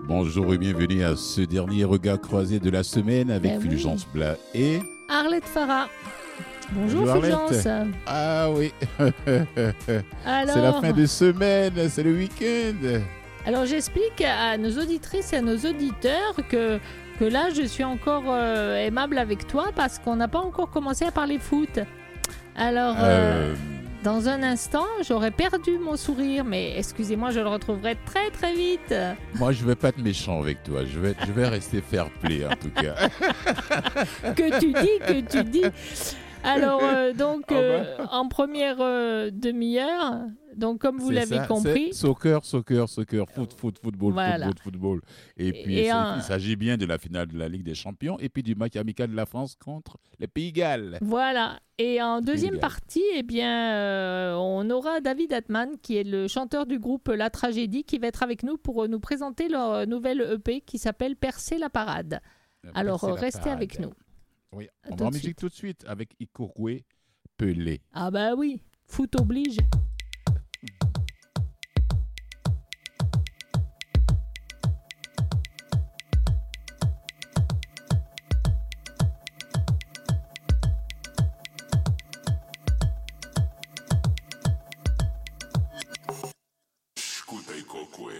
Bonjour et bienvenue à ce dernier regard croisé de la semaine avec Fulgence Blas et Arlette Farah. Bonjour Fulgence. Ah oui. Alors, c'est la fin de semaine, c'est le week-end. Alors j'explique à nos auditrices et à nos auditeurs que là je suis encore aimable avec toi parce qu'on n'a pas encore commencé à parler foot. Alors dans un instant j'aurais perdu mon sourire, mais excusez-moi, je le retrouverai très très vite. Moi je vais pas être méchant avec toi, je vais rester fair play en tout cas. que tu dis. Alors en première demi-heure, donc comme vous l'avez compris, soccer, football, voilà. football. Et puis il s'agit bien de la finale de la Ligue des Champions et puis du match amical de la France contre les Pays de Galles. Voilà. Et en deuxième partie, on aura David Atman, qui est le chanteur du groupe La Tragédie, qui va être avec nous pour nous présenter leur nouvelle EP qui s'appelle Percer la parade. Alors restez avec nous. Oui, on va en musique tout de suite avec Ikogwe Pelé. Ah bah oui, foot oblige. Escuta Ikogwe.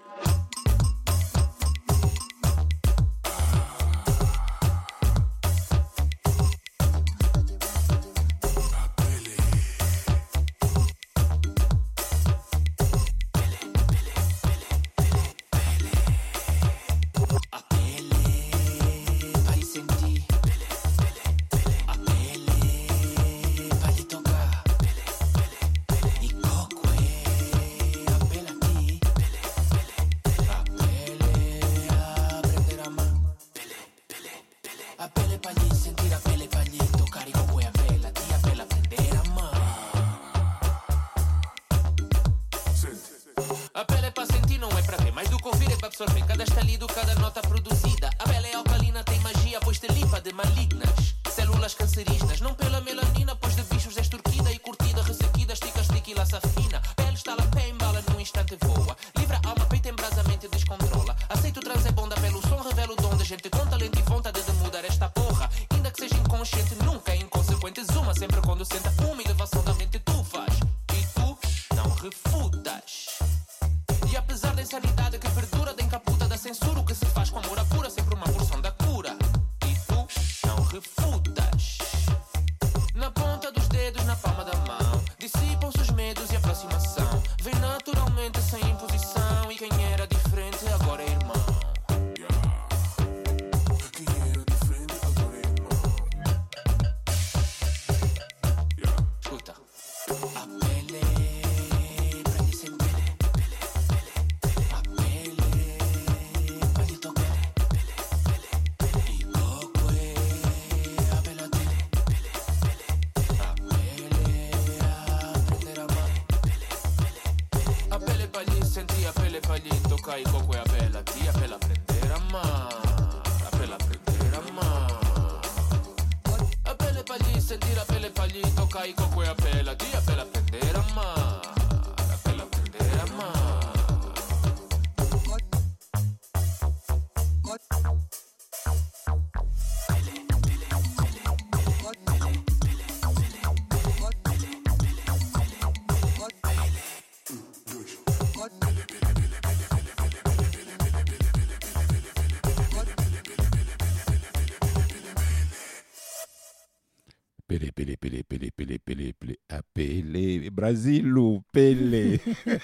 Pelé, appelé Brasil Pelé.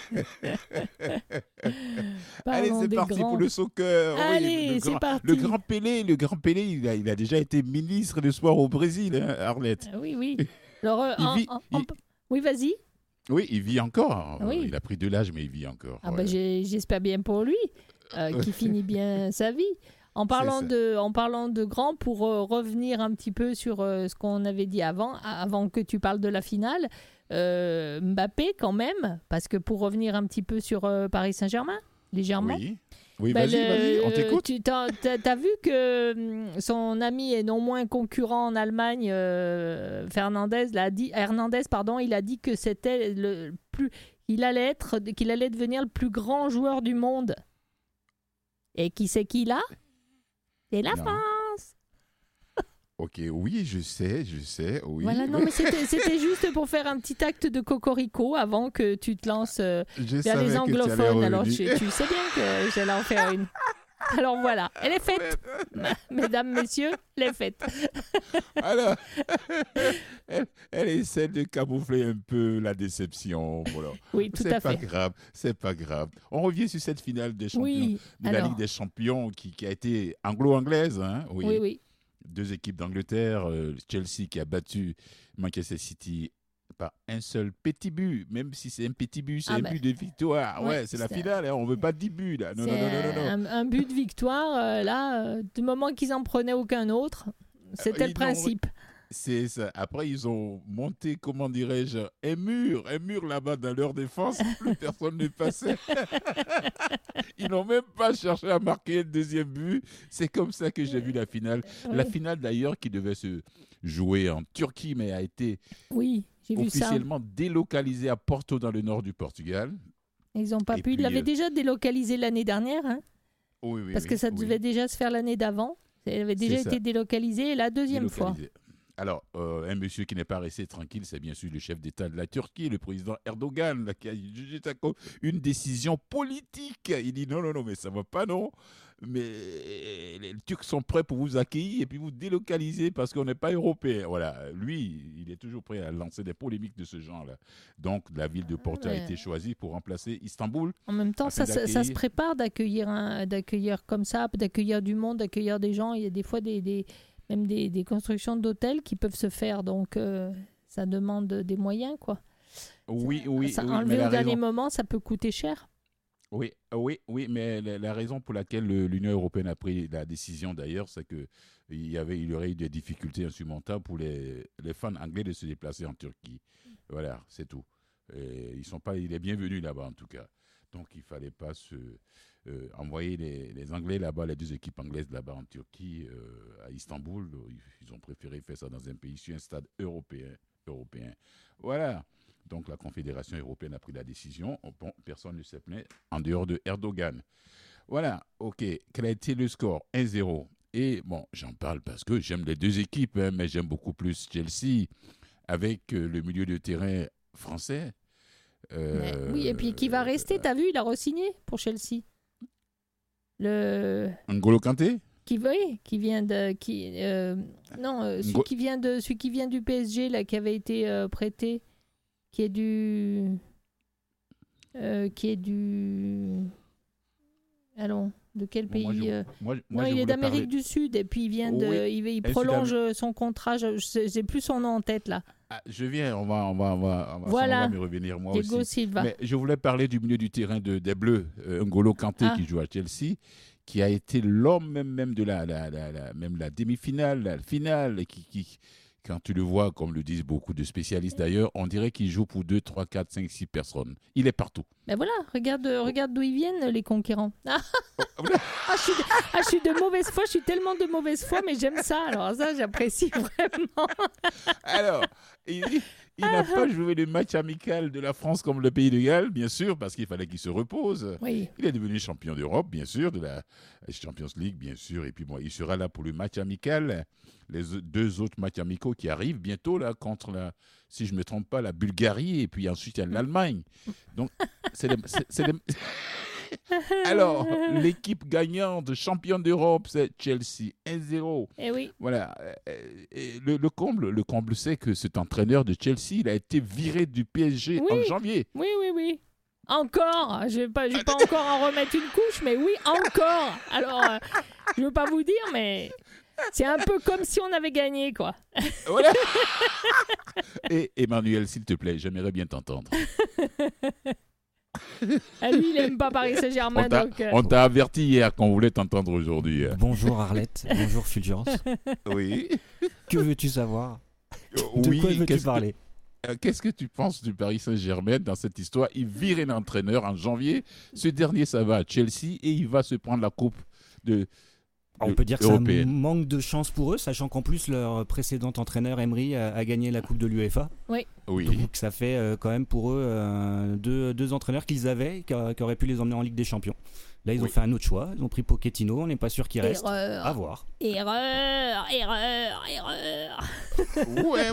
Allez, c'est parti pour le soccer. Allez, c'est parti. Le grand Pelé, il a déjà été ministre de sport au Brésil, hein, Arlette. Oui. Alors, oui, vas-y. Oui, il vit encore. Oui. Il a pris de l'âge, mais il vit encore. J'espère bien pour lui, qu'il finit bien sa vie. En parlant de grand, pour revenir un petit peu sur ce qu'on avait dit avant que tu parles de la finale, Mbappé quand même, parce que pour revenir un petit peu sur Paris Saint-Germain, légèrement. Oui, vas-y, on t'écoute. Tu as vu que son ami et non moins concurrent en Allemagne, Hernandez, il a dit que c'était qu'il allait devenir le plus grand joueur du monde. Et qui c'est qui là? C'est la Non. France. Ok, oui, je sais, oui. Voilà, non, mais c'était juste pour faire un petit acte de cocorico avant que tu te lances Je vers savais les que tu allais anglophones. Alors, revenir. tu sais bien que j'allais en faire une. Alors voilà, elle est faite. Mesdames, messieurs, elle est faite. Alors, elle essaie de camoufler un peu la déception. Voilà. Oui, tout à fait. C'est pas grave. On revient sur cette finale des champions, Oui, de la alors. Ligue des Champions qui a été anglo-anglaise. Hein, Oui, oui. Deux équipes d'Angleterre, Chelsea qui a battu Manchester City par un seul petit but, même si c'est un petit but, c'est un but de victoire. Ouais, c'est la finale, hein, on veut pas 10 buts là. Non. Un but de victoire, du moment qu'ils en prenaient aucun autre, c'était le principe. C'est ça. Après, ils ont monté, comment dirais-je, un mur là-bas dans leur défense. Plus personne ne passait. Ils n'ont même pas cherché à marquer le deuxième but. C'est comme ça que j'ai vu la finale. Oui. La finale, d'ailleurs, qui devait se jouer en Turquie, mais a été j'ai vu ça. officiellement délocalisée à Porto, dans le nord du Portugal. Ils n'ont pas Et pu. Ils puis, l'avaient déjà délocalisé l'année dernière, hein, Oui, parce que ça devait déjà se faire l'année d'avant. Elle avait déjà été délocalisée la deuxième fois. Alors, un monsieur qui n'est pas resté tranquille, c'est bien sûr le chef d'État de la Turquie, le président Erdogan, là, qui a jugé ça comme une décision politique. Il dit non, mais ça ne va pas, non. Mais les Turcs sont prêts pour vous accueillir et puis vous délocaliser parce qu'on n'est pas européen. Voilà, lui, il est toujours prêt à lancer des polémiques de ce genre-là. Donc, la ville de Porto a été choisie pour remplacer Istanbul. En même temps, ça se prépare d'accueillir comme ça, d'accueillir du monde, d'accueillir des gens. Il y a des fois même des constructions d'hôtels qui peuvent se faire, donc ça demande des moyens, quoi. Oui. Enlever au dernier moment, ça peut coûter cher. Oui, mais la raison pour laquelle l'Union européenne a pris la décision, d'ailleurs, c'est qu'il y aurait eu des difficultés insurmontables pour les fans anglais de se déplacer en Turquie. Voilà, c'est tout. Il est bienvenu là-bas, en tout cas. Donc, il ne fallait pas envoyer les Anglais là-bas, les deux équipes anglaises là-bas en Turquie, à Istanbul. Ils ont préféré faire ça dans un pays, sur un stade européen. Voilà. Donc la Confédération européenne a pris la décision. Bon, personne ne s'est plaint en dehors de Erdogan. Voilà, ok. Quel a été le score? 1-0. Et bon, j'en parle parce que j'aime les deux équipes, hein, mais j'aime beaucoup plus Chelsea avec le milieu de terrain français. Oui, et puis qui va rester, t'as vu, il a re-signé pour Chelsea. N'Golo Kanté? Celui qui vient du PSG là, qui avait été prêté, qui est du allons, de quel pays? Il est d'Amérique du Sud et puis il prolonge son contrat. J'ai plus son nom en tête là. Je viens, on va me revenir moi Diego aussi. Silva. Mais je voulais parler du milieu du terrain des Bleus, N'Golo Kanté qui joue à Chelsea, qui a été l'homme même de la demi-finale, la finale, qui quand tu le vois, comme le disent beaucoup de spécialistes d'ailleurs, on dirait qu'il joue pour 2, 3, 4, 5, 6 personnes. Il est partout. Ben voilà, regarde d'où ils viennent, les conquérants. Je suis de mauvaise foi, je suis tellement de mauvaise foi, mais j'aime ça. Alors ça, j'apprécie vraiment. Alors, il n'a pas joué le match amical de la France comme le Pays de Galles, bien sûr, parce qu'il fallait qu'il se repose. Oui. Il est devenu champion d'Europe, bien sûr, de la Champions League, bien sûr. Et puis bon, il sera là pour le match amical. Les deux autres matchs amicaux qui arrivent bientôt, là, contre, si je ne me trompe pas, la Bulgarie, et puis ensuite il y a l'Allemagne. Donc, c'est Alors, l'équipe gagnante, championne d'Europe, c'est Chelsea, 1-0. Eh oui. Voilà. Et le comble, c'est que cet entraîneur de Chelsea, il a été viré du PSG en janvier. Oui. Encore. Je vais pas encore en remettre une couche, mais oui, encore. Alors, je ne veux pas vous dire, mais c'est un peu comme si on avait gagné, quoi. Voilà. Et Emmanuel, s'il te plaît, j'aimerais bien t'entendre. Lui, il n'aime pas Paris Saint-Germain. On t'a averti hier qu'on voulait t'entendre aujourd'hui. Bonjour Arlette, bonjour Fulgence. Oui. Que veux-tu savoir? De quoi veux-tu parler? Qu'est-ce que tu penses du Paris Saint-Germain dans cette histoire? Il vire un entraîneur en janvier. Ce dernier, ça va à Chelsea et il va se prendre la coupe de On peut dire que c'est un manque de chance pour eux, sachant qu'en plus leur précédent entraîneur Emery a gagné la Coupe de l'UEFA. Oui. Donc ça fait quand même pour eux deux entraîneurs qu'ils avaient, qui auraient pu les emmener en Ligue des Champions. Là, ils ont fait un autre choix. Ils ont pris Pochettino. On n'est pas sûr qu'il reste. À voir. Erreur. Ouais.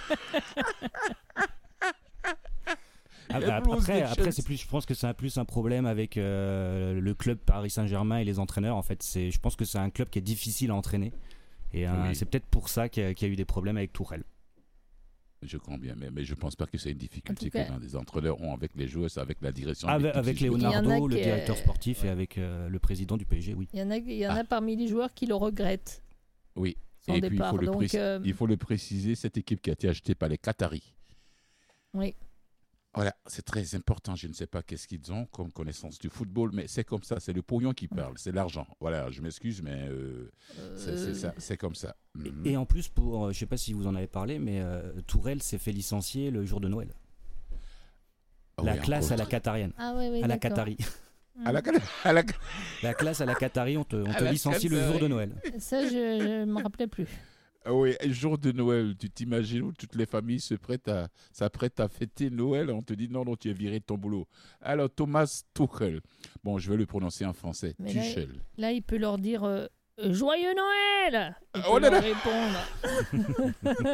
Après, c'est plus. Je pense que c'est plus un problème avec le club Paris Saint-Germain et les entraîneurs. En fait, je pense que c'est un club qui est difficile à entraîner. Et c'est peut-être pour ça qu'il y a eu des problèmes avec Tourelle. Je comprends bien, mais je ne pense pas que c'est une difficulté que les entraîneurs ont avec les joueurs, c'est avec la direction. Avec Leonardo, le directeur sportif, et avec le président du PSG, oui. Il y en a parmi les joueurs qui le regrettent. Oui, et puis il faut le préciser, cette équipe qui a été achetée par les Qataris. Oui. Voilà, c'est très important. Je ne sais pas qu'est-ce qu'ils ont comme connaissance du football, mais c'est comme ça. C'est le pognon qui parle, c'est l'argent. Voilà, je m'excuse, mais c'est comme ça. Et en plus, je ne sais pas si vous en avez parlé, mais Tourelle s'est fait licencier le jour de Noël. La classe à la qatarienne. Ah oui, à la Qatari. La classe à la Qatari, on te licencie le jour de Noël. Ça, je ne me rappelais plus. Oui, jour de Noël, tu t'imagines où toutes les familles s'apprêtent à fêter Noël. On te dit non, tu es viré de ton boulot. Alors, Thomas Tuchel. Bon, je vais le prononcer en français. Tuchel. Là, il peut leur dire Joyeux Noël. Il peut leur répondre.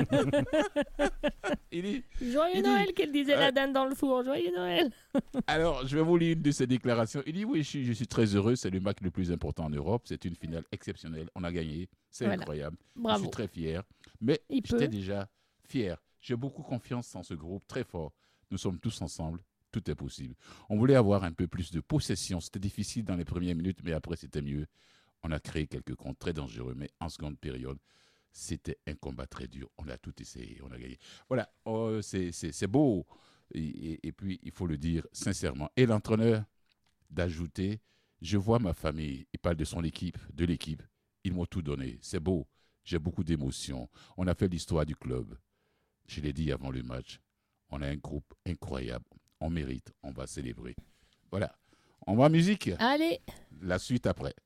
Joyeux Noël, qu'elle disait la dinde dans le four. Joyeux Noël. Alors, je vais vous lire une de ses déclarations. Il dit oui, je suis très heureux. C'est le match le plus important en Europe. C'est une finale exceptionnelle. On a gagné. C'est incroyable. Bravo. Je suis très fier. Mais j'étais déjà fier. J'ai beaucoup confiance en ce groupe, très fort. Nous sommes tous ensemble. Tout est possible. On voulait avoir un peu plus de possession. C'était difficile dans les premières minutes, mais après, c'était mieux. On a créé quelques comptes très dangereux, mais en seconde période, c'était un combat très dur. On a tout essayé, on a gagné. Voilà, c'est beau. Et puis, il faut le dire sincèrement. Et l'entraîneur d'ajouter, je vois ma famille, il parle de son équipe, de l'équipe. Ils m'ont tout donné. C'est beau. J'ai beaucoup d'émotions. On a fait l'histoire du club. Je l'ai dit avant le match. On a un groupe incroyable. On mérite. On va célébrer. Voilà. On va en musique. Allez. La suite après.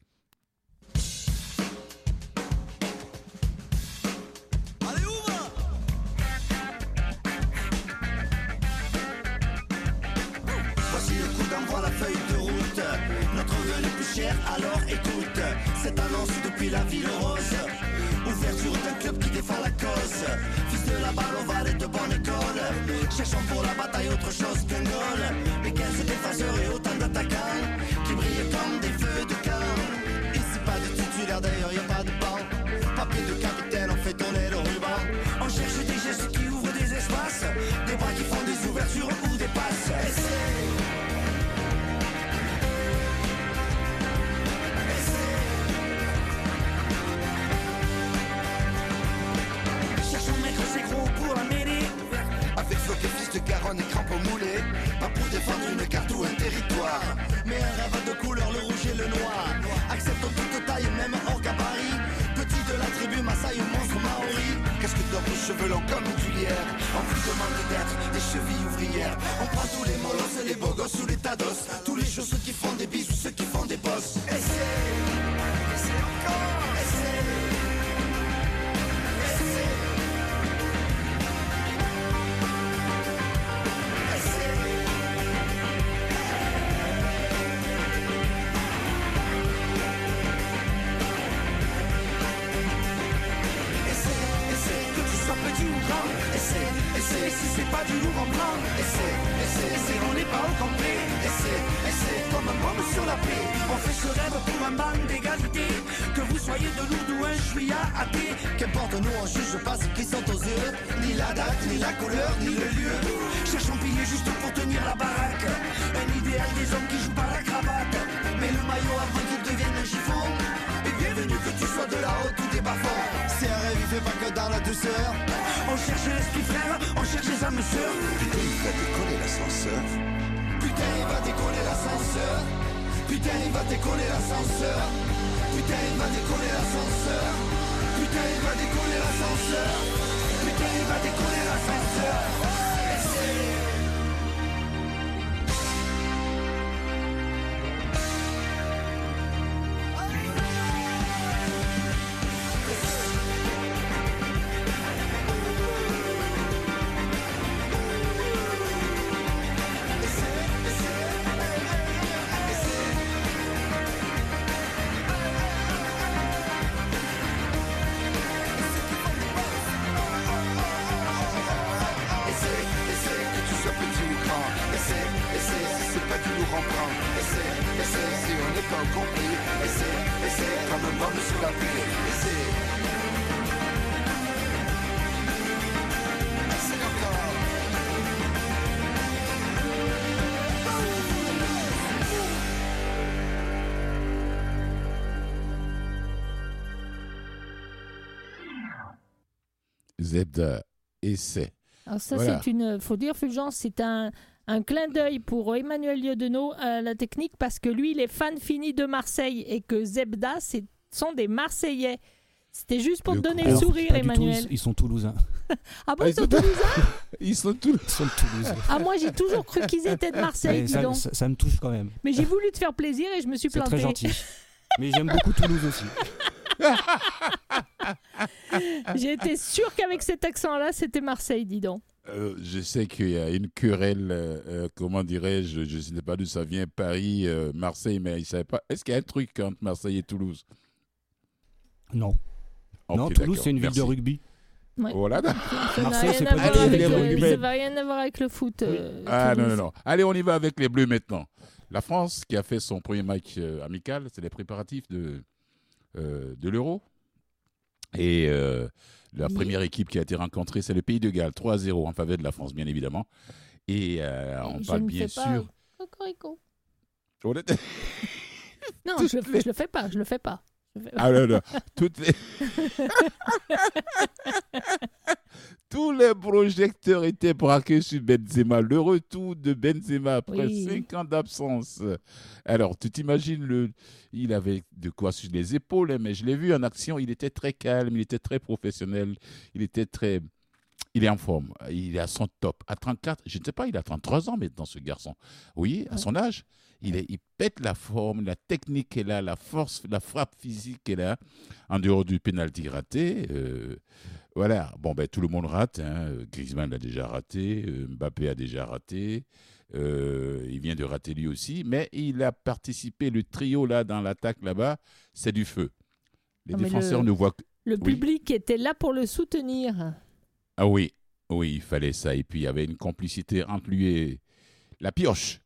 Alors écoute, cette annonce depuis la ville rose. Ouverture d'un club qui défend la cause. Fils de la balle ovale et de bonne école. Cherchons pour la bataille autre chose qu'un goal. Mais 15 défenseurs et autant d'attaquants qui brillent comme des feux de camp. Ici pas de titulaire, d'ailleurs y'a pas de banc. Papier de capitaine, on fait tourner le ruban. On cherche des gestes qui ouvrent des espaces. Des bras qui font des ouvertures ou des passes. Fils de Garonne et crampons moulés. Pas pour défendre une carte ou un territoire, mais un rêve de couleur, le rouge et le noir. Acceptons toute taille, même hors gabarit. Petit de la tribu Maasai ou monstre maori. Casque d'or aux cheveux longs comme une tulière. On vous demande d'être des chevilles ouvrières. On prend tous les molosses, les beaux gosses ou les tados. Tous les choses, ceux qui font des bises ou ceux qui font des bosses. Essayez encore, essayez. Essaye, si c'est pas du lourd en blanc. Essaye, on n'est pas au complet. Essaye, comme un môme sur la paix. On fait ce rêve pour un bal d'égalité. Que vous soyez de Lourdes ou un juillet athée. Qu'importe, nous on juge pas ce qui sont aux yeux. Ni la date, ni la couleur, ni le lieu. Cherchons pilier juste pour tenir la baraque. Un idéal des hommes qui jouent par la cravate. Mais le maillot avant qu'il devienne un chiffon. Et bienvenue que tu sois de là-haut ou des bas-fonds. C'est un rêve, il fait pas que dans la douceur. On cherche l'esprit frère, on cherche les âmes sœurs. Putain, il va décoller l'ascenseur. Putain, il va décoller l'ascenseur. Putain, il va décoller l'ascenseur. Putain, il va décoller l'ascenseur. Putain, il va décoller l'ascenseur. Putain, il va décoller l'ascenseur. et c'est si on n'est pas compris. Et c'est comme un bombe sur la pluie. Et c'est encore. Zebda, essai. Alors ça, Voilà. c'est une... faut dire, Fulgence, c'est un clin d'œil pour Emmanuel Liodenot à la technique, parce que lui, il est fan fini de Marseille, et que Zebda, sont des Marseillais. C'était juste pour te donner le Alors, sourire, pas du tout, Emmanuel. ils sont toulousains. Ah bon, Ah, ils sont toulousains? Ils sont tous. Ils sont toulousains. Ah, moi, j'ai toujours cru qu'ils étaient de Marseille, Mais dis ça, donc. ça me touche quand même. Mais j'ai voulu te faire plaisir et je me suis C'est plantée. très gentil. Mais j'aime beaucoup Toulouse aussi. J'ai été sûre qu'avec cet accent-là, c'était Marseille, dis donc. Je sais qu'il y a une querelle, comment dirais-je, je ne sais pas d'où ça vient, Paris, Marseille, mais ils ne savaient pas. Est-ce qu'il y a un truc entre Marseille et Toulouse? Non. Ok, Non, Toulouse, d'accord, c'est une ville merci. de rugby. Ouais. Voilà. Ça n'a Marseille, rien c'est à pas voir du avec tout le- les ça Bleus. n'a rien à voir avec le foot. Ah Toulouse. non. Allez, on y va avec les Bleus maintenant. La France qui a fait son premier match amical, c'est les préparatifs de l'Euro. Et la Oui. première équipe qui a été rencontrée, c'est le Pays de Galles, 3-0 en faveur de la France, bien évidemment. Et on Je parle ne bien fais pas- sûr... Cocorico. On était- Non, je le fais pas, je le fais pas. Ah non. Tous les projecteurs étaient braqués sur Benzema. Le retour de Benzema après Oui. 5 ans d'absence. Alors, tu t'imagines, il avait de quoi sur les épaules, hein, mais je l'ai vu en action. Il était très calme, il était très professionnel. Il est en forme. Il est à son top. À 34, je ne sais pas, il a 33 ans maintenant, ce garçon. Oui, à son âge. Il pète la forme, la technique est là, la force, la frappe physique est là, en dehors du pénalty raté. Voilà, bon, tout le monde rate. Hein. Griezmann l'a déjà raté, Mbappé a déjà raté, il vient de rater lui aussi, mais il a participé, le trio là dans l'attaque là-bas, c'est du feu. Les Non, mais défenseurs ne voient que... Le Oui. public était là pour le soutenir. Ah oui, il fallait ça. Et puis il y avait une complicité entre lui et la pioche.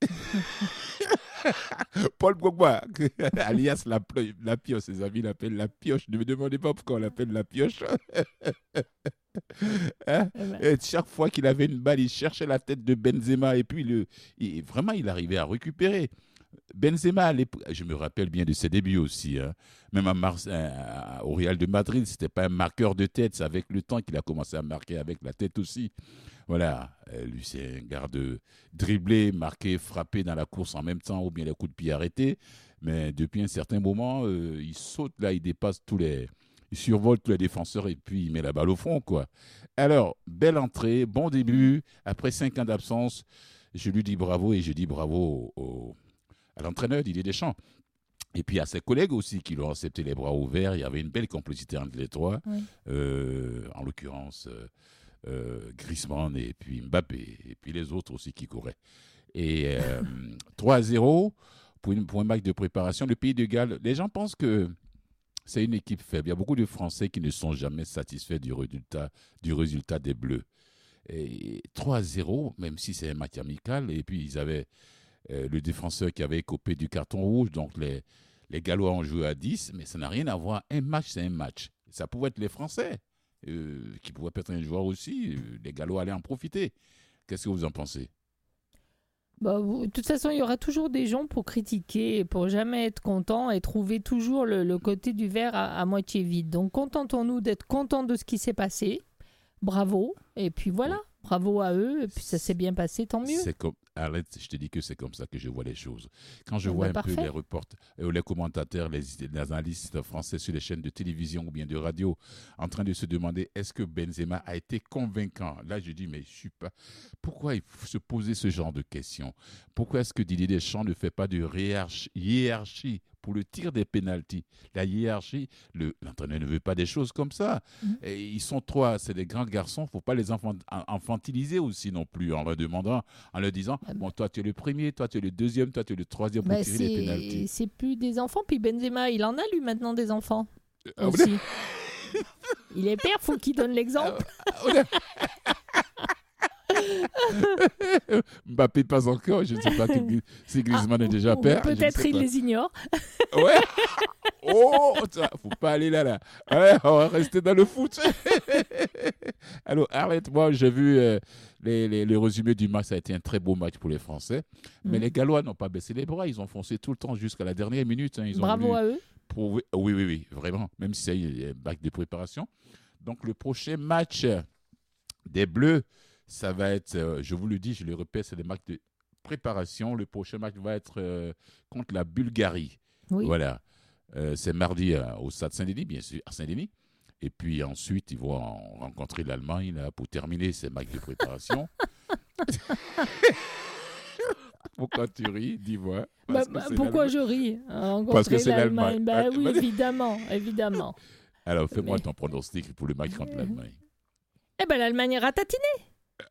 Paul Pogba, alias la pioche, ses amis l'appellent la pioche. Ne me demandez pas pourquoi on l'appelle la pioche. Hein? Et chaque fois qu'il avait une balle, il cherchait la tête de Benzema et puis vraiment il arrivait à récupérer. Benzema, je me rappelle bien de ses débuts aussi. Hein. Même au Real de Madrid, c'était pas un marqueur de tête. C'est avec le temps qu'il a commencé à marquer avec la tête aussi. Voilà, lui c'est un garde dribblé, marqué, frappé dans la course en même temps ou bien les coups de pied arrêtés. Mais depuis un certain moment, il saute là, il dépasse il survole tous les défenseurs et puis il met la balle au fond, quoi. Alors, belle entrée, bon début. Après 5 ans d'absence, je lui dis bravo et je dis bravo à l'entraîneur Didier Deschamps. Et puis à ses collègues aussi qui l'ont accepté les bras ouverts. Il y avait une belle complicité entre les trois. Oui. En l'occurrence, Griezmann et puis Mbappé. Et puis les autres aussi qui couraient. Et 3-0 pour un match de préparation. Le Pays de Galles, les gens pensent que c'est une équipe faible. Il y a beaucoup de Français qui ne sont jamais satisfaits du résultat des Bleus. Et 3-0, même si c'est un match amical. Et puis ils avaient... le défenseur qui avait écopé du carton rouge, donc les Gallois ont joué à 10, mais ça n'a rien à voir. Un match, c'est un match. Ça pouvait être les Français, qui pouvaient perdre un joueur aussi. Les Gallois allaient en profiter. Qu'est-ce que vous en pensez? De toute façon, il y aura toujours des gens pour critiquer, pour jamais être content et trouver toujours le côté du verre à moitié vide. Donc, contentons-nous d'être contents de ce qui s'est passé. Bravo. Et puis voilà, bravo à eux. Et puis ça s'est bien passé, tant mieux. Arrête, je te dis que c'est comme ça que je vois les choses. Quand je Ah vois bah, un peu parfait. les reporters, les commentateurs, les analystes français sur les chaînes de télévision ou bien de radio en train de se demander est-ce que Benzema a été convaincant? Là, je dis, mais je suis pas... Pourquoi il faut se poser ce genre de questions? Pourquoi est-ce que Didier Deschamps ne fait pas de hiérarchie pour le tir des pénaltys? La hiérarchie, l'entraîneur ne veut pas des choses comme ça. Et ils sont trois, c'est des grands garçons, il ne faut pas les infantiliser aussi non plus en leur demandant, en leur disant, bon, toi tu es le premier, toi tu es le deuxième, toi tu es le troisième pour tirer les pénaltys. C'est plus des enfants. Puis Benzema, il en a lui maintenant des enfants Ah, aussi. Il est père, faut qu'il donne l'exemple. Mbappé pas encore, je ne sais pas si Griezmann est déjà père. Peut-être il les ignore. Ouais. Oh, faut pas aller là. Ouais, on va rester dans le foot. Alors, arrête, moi, j'ai vu les résumés du match. Ça a été un très beau match pour les Français. Mais les Gallois n'ont pas baissé les bras. Ils ont foncé tout le temps jusqu'à la dernière minute. Ils Bravo à eux. Oui, vraiment. Même si c'est un bac de préparation. Donc, le prochain match des Bleus, ça va être, je vous le dis, je le répète, c'est des matchs de préparation. Le prochain match va être contre la Bulgarie. Oui. Voilà. C'est mardi au Stade Saint-Denis, bien sûr, à Saint-Denis. Et puis ensuite, ils vont rencontrer l'Allemagne là, pour terminer ces matchs de préparation. Pourquoi tu ris? Dis-moi. Pourquoi je ris? Parce que c'est l'Allemagne. Oui, évidemment. Alors, fais-moi ton pronostic pour le match contre l'Allemagne. Eh bien, l'Allemagne est ratatinée.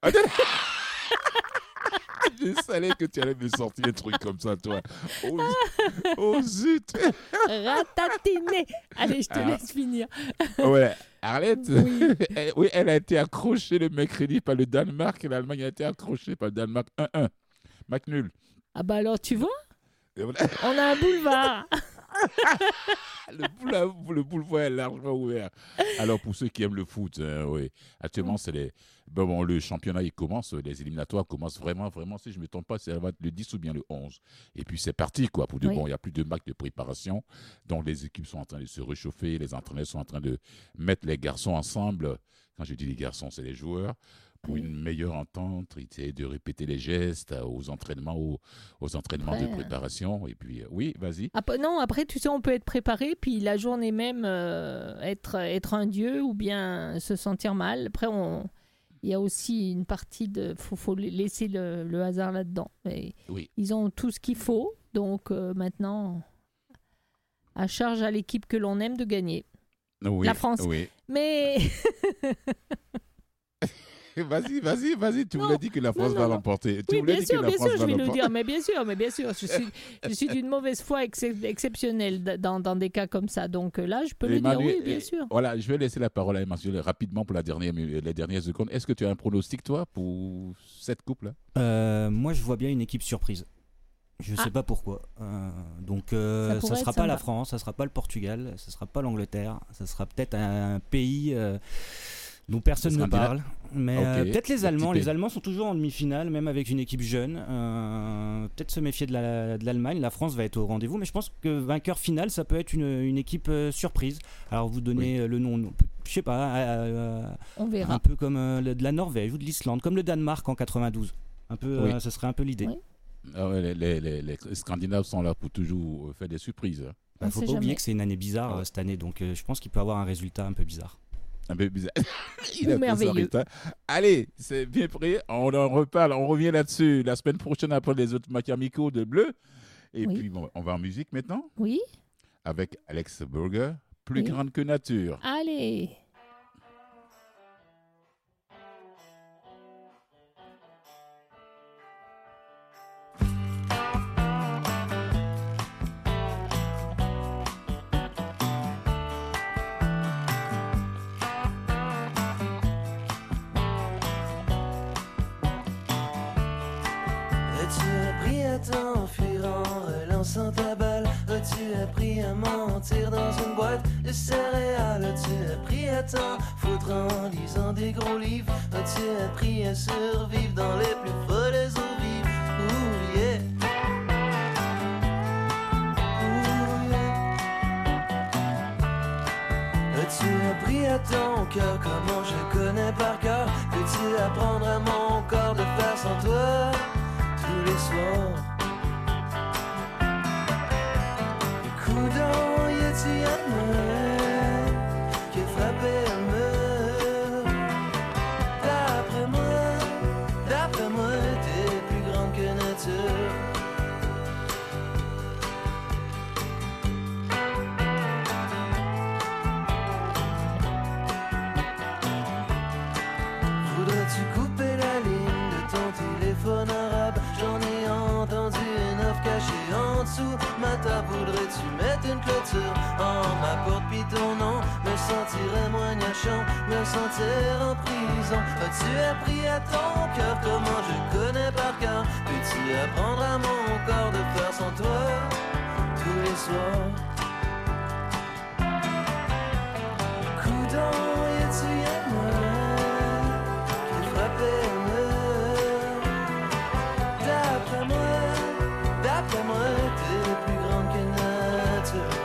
Je savais que tu allais me sortir un truc comme ça, toi. Oh zut. Ratatiné. Allez, je te laisse finir. Ouais, Arlette, oui, elle a été accrochée le mercredi par le Danemark et l'Allemagne a été accrochée par le Danemark 1-1. Match nul. Ah bah alors, tu vois, Voilà. on a un boulevard. Le boulevard est largement ouvert. Alors, pour ceux qui aiment le foot, oui. Actuellement, c'est le championnat, il commence, les éliminatoires commencent vraiment, si je ne me trompe pas, ça va être le 10 ou bien le 11. Et puis, c'est parti, quoi. Pour de bon, il n'y a plus de matchs de préparation. Donc, les équipes sont en train de se réchauffer, les entraîneurs sont en train de mettre les garçons ensemble. Quand je dis les garçons, c'est les joueurs. Pour une meilleure entente, essayer de répéter les gestes aux entraînements de préparation. Et puis, oui, vas-y. Non, après, tu sais, on peut être préparé, puis la journée même, être un dieu ou bien se sentir mal. Après, il y a aussi une partie de... faut laisser le hasard là-dedans. Mais ils ont tout ce qu'il faut. Donc, maintenant, à charge à l'équipe que l'on aime de gagner. Oui, la France. Oui. Mais... Vas-y, tu voulais dire que la France va l'emporter. Oui, bien sûr, je vais le dire, mais bien sûr, je suis d'une mauvaise foi exceptionnelle dans des cas comme ça, donc là, je peux le dire, oui, bien sûr. Voilà, je vais laisser la parole à Emmanuel rapidement pour les dernières secondes. Est-ce que tu as un pronostic, toi, pour cette coupe-là? Moi, je vois bien une équipe surprise. Je ne sais pas pourquoi. Donc, ça ne sera pas la France, ça ne sera pas le Portugal, ça ne sera pas l'Angleterre, ça sera peut-être un pays... dont personne ne parle, mais peut-être les Allemands. Les Allemands sont toujours en demi-finale, même avec une équipe jeune. Peut-être se méfier de l'Allemagne. La France va être au rendez-vous, mais je pense que vainqueur final, ça peut être une équipe surprise. Alors vous donnez le nom, je sais pas, on verra. Un peu comme de la Norvège ou de l'Islande, comme le Danemark en 92. Un peu, ce serait un peu l'idée. Oui. Les Scandinaves sont là pour toujours faire des surprises. Il ne faut pas oublier que c'est une année bizarre cette année, donc je pense qu'il peut avoir un résultat un peu bizarre. Un peu bizarre. Merveilleux. Allez, c'est bien prêt. On en reparle. On revient là-dessus la semaine prochaine après les autres matchs amicaux de Bleu. Et puis, on va en musique maintenant. Oui. Avec Alex Burger, Plus grande que nature. Allez. T'enfuir en relançant ta balle. As-tu appris à mentir dans une boîte de céréales? As-tu appris à t'en foutre en lisant des gros livres? As-tu appris à survivre dans les plus folles eaux vives? Ouh yeah. Ouh yeah. As-tu appris à ton cœur comment je connais par cœur? Peux-tu apprendre à mon corps de faire sans toi tous les soirs? Coudon, y a-tu un mur qui a frappé un mur? D'après moi, t'es plus grande que nature. Voudrais-tu couper la ligne de ton téléphone arabe? J'en ai entendu une offre cachée en dessous ma table. voudrais-tu mettre une clôture en ma porte pis ton nom? Me sentirais moins gnachon, me sentir en prison. As-tu appris à ton cœur comment je connais par cœur? Peux-tu apprendre à mon corps de faire son toit tous les soirs? Coudon, es-tu à moi qui frappait un mur? D'après moi, t'es plus grande que nature.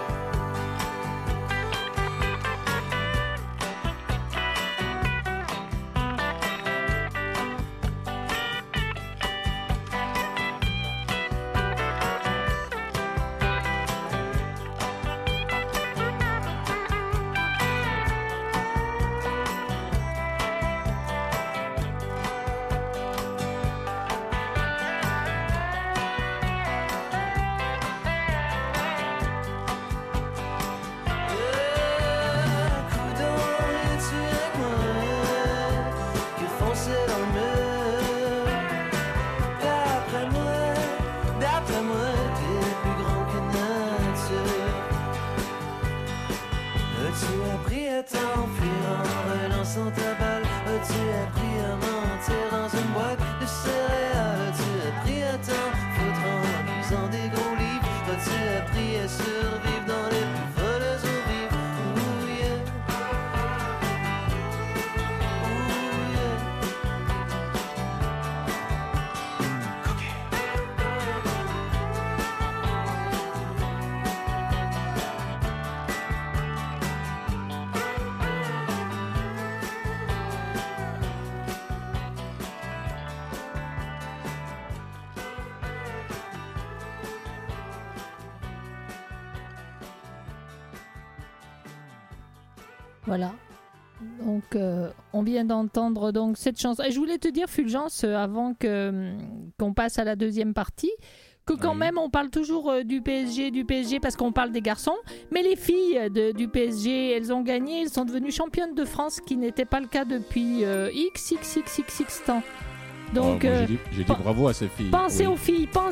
Voilà. Donc, on vient d'entendre donc cette chanson. Et je voulais te dire, Fulgence, avant qu'on passe à la deuxième partie, que quand même, on parle toujours du PSG, parce qu'on parle des garçons. Mais les filles du PSG, elles ont gagné, elles sont devenues championnes de France, ce qui n'était pas le cas depuis x temps. Donc, j'ai dit bravo à ces filles. Pensez aux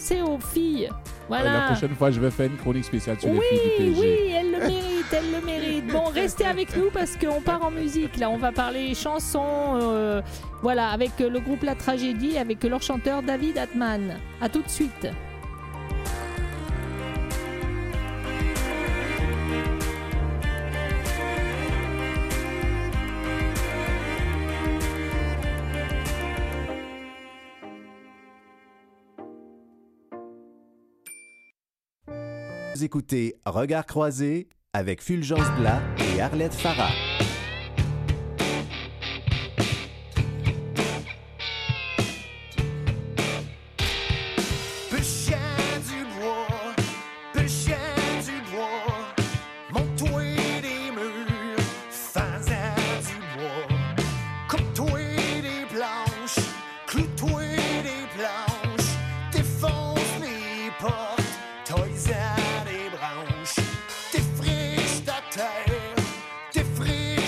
filles. Voilà. La prochaine fois, je vais faire une chronique spéciale sur les filles du PSG. Oui, elles le méritent. Bon, restez avec nous parce qu'on part en musique. Là, on va parler chansons, voilà, avec le groupe La Tragédie, avec leur chanteur David Atman. À tout de suite. Vous écoutez Regards croisés avec Fulgence Blas et Arlette Farah. T'es friche ta terre, t'es friche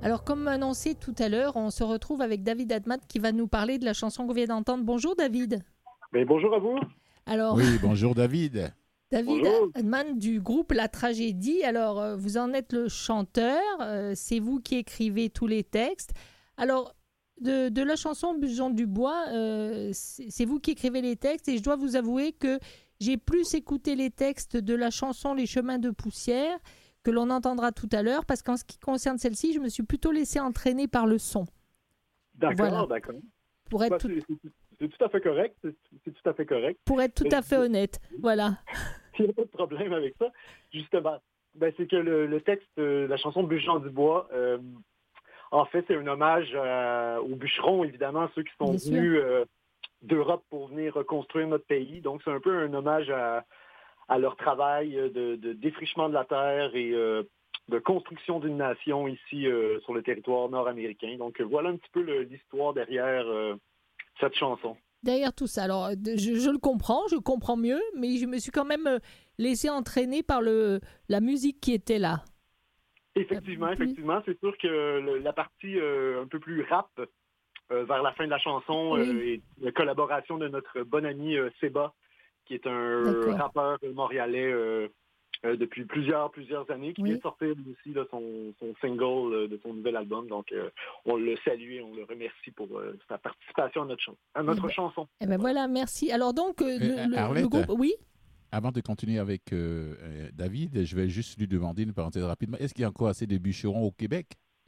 Alors, comme annoncé tout à l'heure, on se retrouve avec David Admat qui va nous parler de la chanson qu'on vient d'entendre. Bonjour David. Bonjour à vous. Alors, oui, bonjour David. David Bonjour. Admat du groupe La Tragédie. Alors, vous en êtes le chanteur, c'est vous qui écrivez tous les textes. Alors, de la chanson Bujon du Bois, c'est vous qui écrivez les textes et je dois vous avouer que j'ai plus écouté les textes de la chanson Les Chemins de Poussière que l'on entendra tout à l'heure, parce qu'en ce qui concerne celle-ci, je me suis plutôt laissé entraîner par le son. D'accord, Voilà. d'accord. Pour être, C'est tout à fait correct. C'est tout à fait correct. pour être tout à fait honnête. Voilà. Il n'y a pas de problème avec ça. Justement, c'est que le texte de la chanson Bujon du Bois, en fait, c'est un hommage aux bûcherons, évidemment, ceux qui sont Bien sûr. venus d'Europe pour venir reconstruire notre pays. Donc, c'est un peu un hommage à leur travail de défrichement de la terre et de construction d'une nation ici sur le territoire nord-américain. Donc, voilà un petit peu l'histoire derrière cette chanson. Derrière tout ça, alors je le comprends, je comprends mieux, mais je me suis quand même laissé entraîner par la musique qui était là. Effectivement, c'est sûr que la partie un peu plus rap vers la fin de la chanson est la collaboration de notre bon ami Seba, qui est un D'accord. rappeur montréalais depuis plusieurs années, qui Oui. vient de sortir lui aussi là, son single de son nouvel album. Donc, on le salue et on le remercie pour sa participation à notre chanson. Eh ben voilà, merci. Alors donc, Arlette, le groupe... Oui. Avant de continuer avec David, je vais juste lui demander une parenthèse rapidement. Est-ce qu'il y a encore assez de bûcherons au Québec?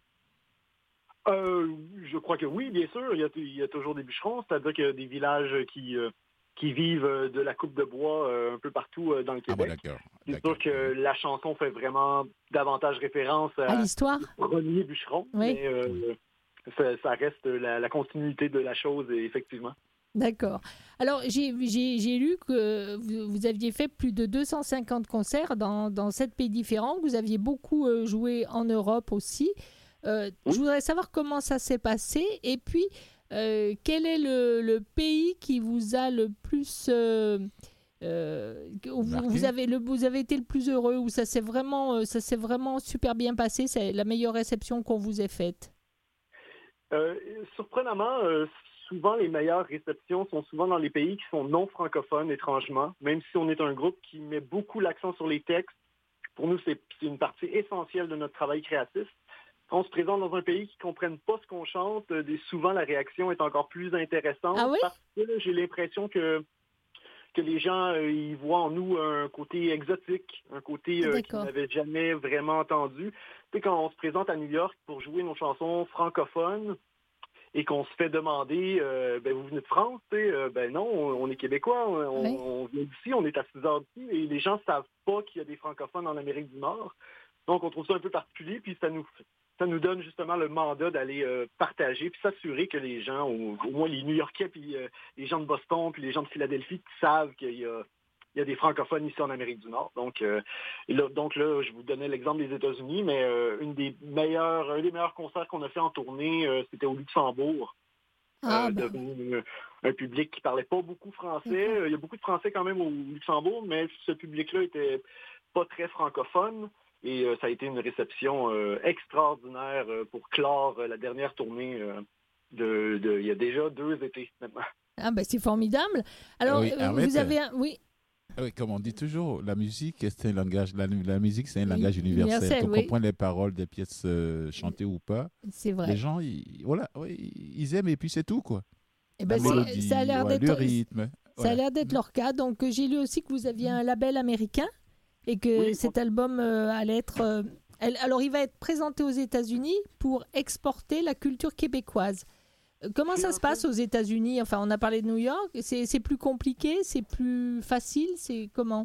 Je crois que oui, bien sûr. Il y a toujours des bûcherons, c'est-à-dire qu'il y a des villages qui vivent de la coupe de bois un peu partout dans le Ah bon, Québec. d'accord. C'est sûr que la chanson fait vraiment davantage référence À l'histoire. au premier bûcheron, Oui. mais ça reste la continuité de la chose, effectivement. D'accord. Alors, j'ai lu que vous aviez fait plus de 250 concerts dans 7 pays différents, que vous aviez beaucoup joué en Europe aussi. Je voudrais savoir comment ça s'est passé et puis quel est le pays qui vous a le plus... vous avez été le plus heureux, où ça s'est vraiment super bien passé, c'est la meilleure réception qu'on vous ait faite? Surprenamment, souvent les meilleures réceptions sont souvent dans les pays qui sont non francophones, étrangement, même si on est un groupe qui met beaucoup l'accent sur les textes. Pour nous, c'est une partie essentielle de notre travail créatif. Quand on se présente dans un pays qui ne comprenne pas ce qu'on chante, souvent la réaction est encore plus intéressante. Ah oui? Parce que j'ai l'impression que les gens ils voient en nous un côté exotique, un côté qu'ils D'accord. n'avaient jamais vraiment entendu. Tu sais, quand on se présente à New York pour jouer nos chansons francophones et qu'on se fait demander vous venez de France, tu sais, non, on est québécois, on vient d'ici, on est à 6 heures d'ici, et les gens ne savent pas qu'il y a des francophones en Amérique du Nord. Donc on trouve ça un peu particulier, puis ça nous donne justement le mandat d'aller partager puis s'assurer que les gens, au moins les New-Yorkais, puis les gens de Boston, puis les gens de Philadelphie, savent qu'il y a des francophones ici en Amérique du Nord. Donc là, je vous donnais l'exemple des États-Unis, mais un des meilleurs concerts qu'on a fait en tournée, c'était au Luxembourg. Devant un public qui parlait pas beaucoup français. Il y a beaucoup de Français quand même au Luxembourg, mais ce public-là était pas très francophone. Et ça a été une réception extraordinaire pour clore la dernière tournée il y a déjà 2 étés maintenant. Ah ben c'est formidable. Alors, Oui, vous avez... Oui, Oui, comme on dit toujours, la musique, c'est un langage, la musique, c'est un langage universel. Universel, On oui. comprend les paroles des pièces chantées ou pas. c'est vrai. Les gens, ils aiment et puis c'est tout, quoi. Eh ben, La mélodie, ça a l'air le d'être... rythme. Ça a l'air d'être leur cas. Donc, j'ai lu aussi que vous aviez un label américain et que Oui, cet album allait être... alors, il va être présenté aux États-Unis pour exporter la culture québécoise. Comment ça se passe aux États-Unis? Enfin, on a parlé de New York. C'est plus compliqué? C'est plus facile? C'est comment?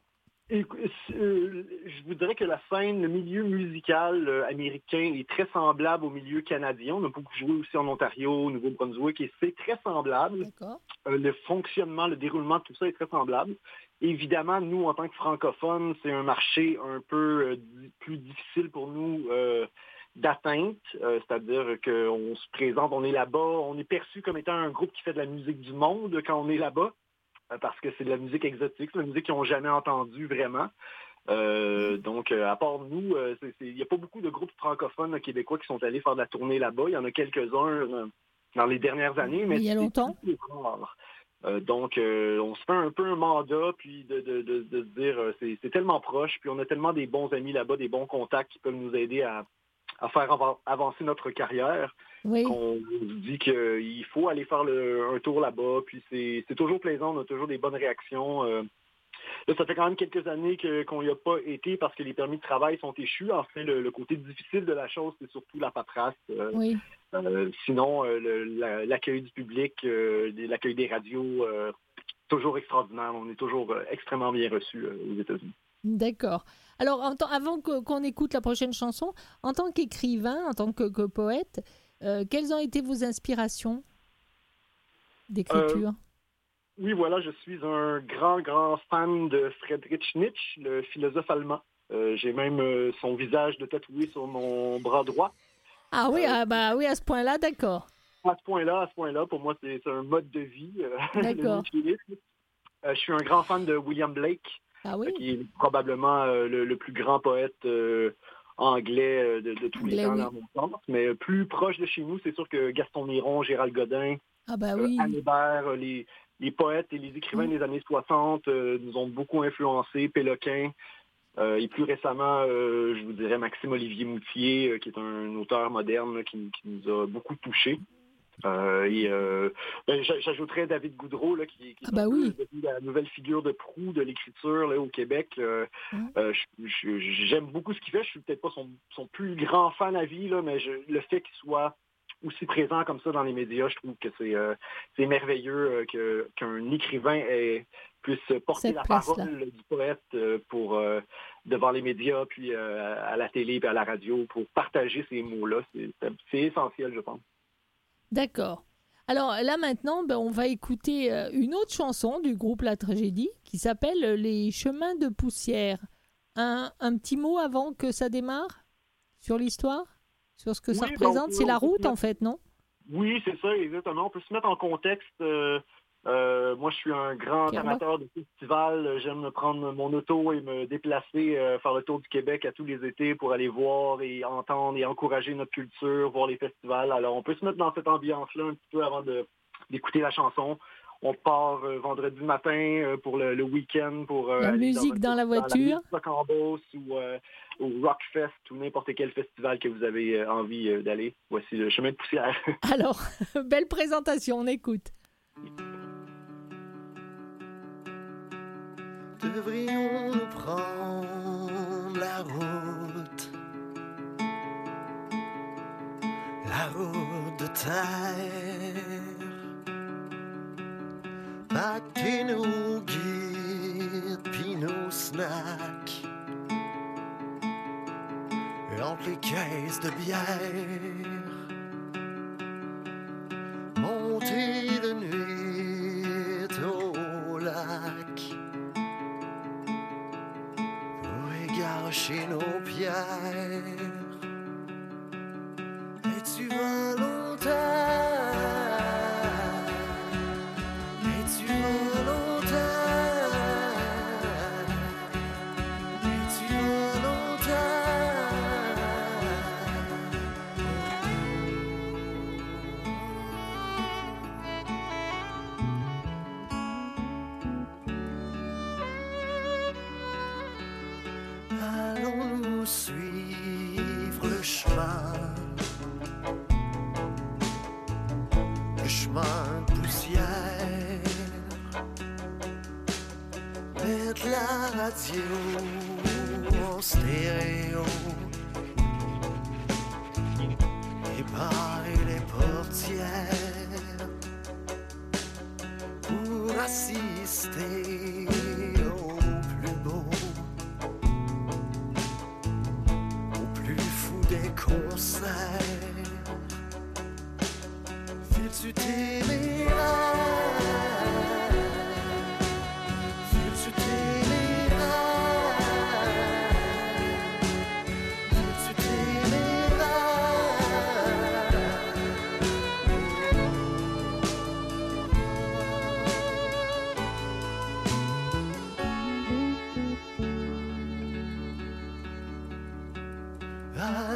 Je vous dirais que la scène, le milieu musical américain est très semblable au milieu canadien. On a beaucoup joué aussi en Ontario, au Nouveau-Brunswick, et c'est très semblable. D'accord. Le fonctionnement, le déroulement, tout ça est très semblable. Évidemment, nous, en tant que francophones, c'est un marché un peu plus difficile pour nous d'atteinte. C'est-à-dire qu'on se présente, on est là-bas, on est perçu comme étant un groupe qui fait de la musique du monde quand on est là-bas, parce que c'est de la musique exotique, c'est de la musique qu'ils n'ont jamais entendue vraiment. Donc, à part nous, il n'y a pas beaucoup de groupes francophones québécois qui sont allés faire de la tournée là-bas. Il y en a quelques-uns dans les dernières années, mais il y a longtemps. C'est rare. Donc, on se fait un peu un mandat, puis de se dire, c'est tellement proche, puis on a tellement des bons amis là-bas, des bons contacts qui peuvent nous aider à faire avancer notre carrière, qu'on se dit qu'il faut aller faire un tour là-bas, puis c'est toujours plaisant, on a toujours des bonnes réactions. Là, ça fait quand même quelques années qu'on n'y a pas été parce que les permis de travail sont échus. En fait, le côté difficile de la chose, c'est surtout la paperasse. Sinon, l'accueil du public, l'accueil des radios, toujours extraordinaire. On est toujours extrêmement bien reçus aux États-Unis. D'accord. Alors, avant qu'on écoute la prochaine chanson, en tant qu'écrivain, en tant que poète, quelles ont été vos inspirations d'écriture? Oui, voilà, je suis un grand fan de Friedrich Nietzsche, le philosophe allemand. J'ai même son visage de tatoué sur mon bras droit. Ah oui, oui, à ce point-là, d'accord. À ce point-là, pour moi, c'est un mode de vie. D'accord. Je suis un grand fan de William Blake, qui est probablement le plus grand poète anglais de tous les temps, dans mon sens. Mais plus proche de chez nous, c'est sûr que Gaston Miron, Gérald Godin, Anne Hébert, les poètes et les écrivains des années 60 nous ont beaucoup influencés, Péloquin, et plus récemment, je vous dirais Maxime Olivier Moutier, qui est un auteur moderne qui nous a beaucoup touchés. J'ajouterais David Goudreau, qui est devenu la nouvelle figure de proue de l'écriture au Québec. J'aime beaucoup ce qu'il fait. Je suis peut-être pas son plus grand fan à vie, mais le fait qu'il soit aussi présent comme ça dans les médias, je trouve que c'est merveilleux qu'un écrivain puisse porter la parole du poète devant les médias, puis à la télé, puis à la radio, pour partager ces mots-là. C'est essentiel, je pense. D'accord. Alors là maintenant, on va écouter une autre chanson du groupe La Tragédie qui s'appelle « Les chemins de poussière ». Un petit mot avant que ça démarre sur l'histoire? Sur ce que ça représente, c'est la route en fait, non? Oui, c'est ça, exactement. On peut se mettre en contexte. Moi, je suis un grand amateur de festivals. J'aime prendre mon auto et me déplacer, faire le tour du Québec à tous les étés pour aller voir et entendre et encourager notre culture, voir les festivals. Alors, on peut se mettre dans cette ambiance-là un petit peu avant d'écouter la chanson. On part vendredi matin pour le week-end pour la musique dans la voiture, en Beauce ou au Rockfest ou n'importe quel festival que vous avez envie d'aller. Voici le chemin de poussière. Alors, belle présentation, on écoute. Devrions-nous prendre la route de terre? Pacter nos guides pis nos snacks entre les caisses de bière, monter de nuit au lac pour égarer nos pierres. Es-tu volontaire? Allons-nous suivre le chemin de poussière, mettre la radio en stéréo et barrer les portières pour assister au plus beau, au plus fou des concerts. Fais-tu t'aimer?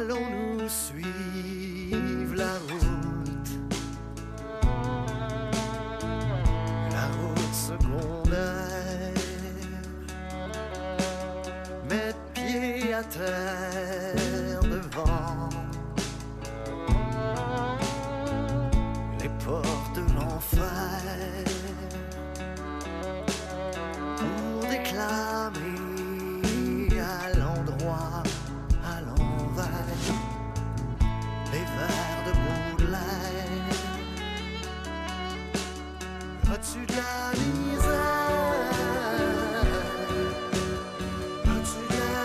allons-nous suivre la route secondaire, mettre pied à terre devant les portes de l'enfer pour déclamer à l'endroit, à l'envers, les vers de Baudelaire au-dessus de la misère, au-dessus de la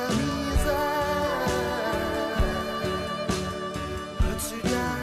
misère, au-dessus de la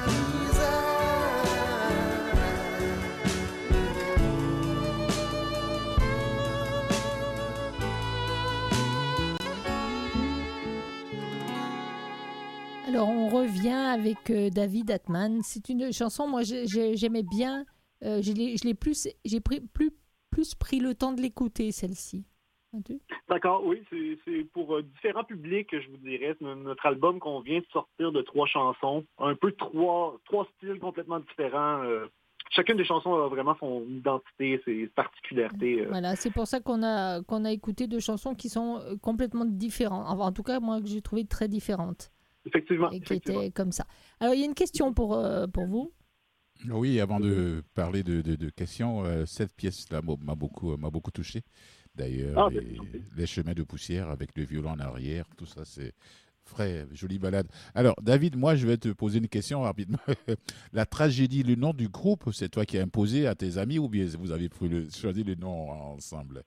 Alors on revient avec David Atman. C'est une chanson, moi j'aimais bien. J'ai plus pris le temps de l'écouter, celle-ci. D'accord, oui, c'est pour différents publics, je vous dirais. C'est notre album qu'on vient de sortir de 3 chansons, un peu 3 styles complètement différents. Chacune des chansons a vraiment son identité, ses particularités. Voilà, c'est pour ça qu'on a écouté 2 chansons qui sont complètement différentes. Enfin, en tout cas, moi, que j'ai trouvé très différentes. Effectivement. Et qui étaient comme ça. Alors, il y a une question pour vous. Oui, avant de parler de questions, cette pièce-là m'a beaucoup touché. D'ailleurs, les chemins de poussière avec le violon en arrière, tout ça, c'est frais, jolie balade. Alors, David, moi, je vais te poser une question rapidement. La tragédie, le nom du groupe, c'est toi qui as imposé à tes amis ou bien vous avez choisi le nom ensemble?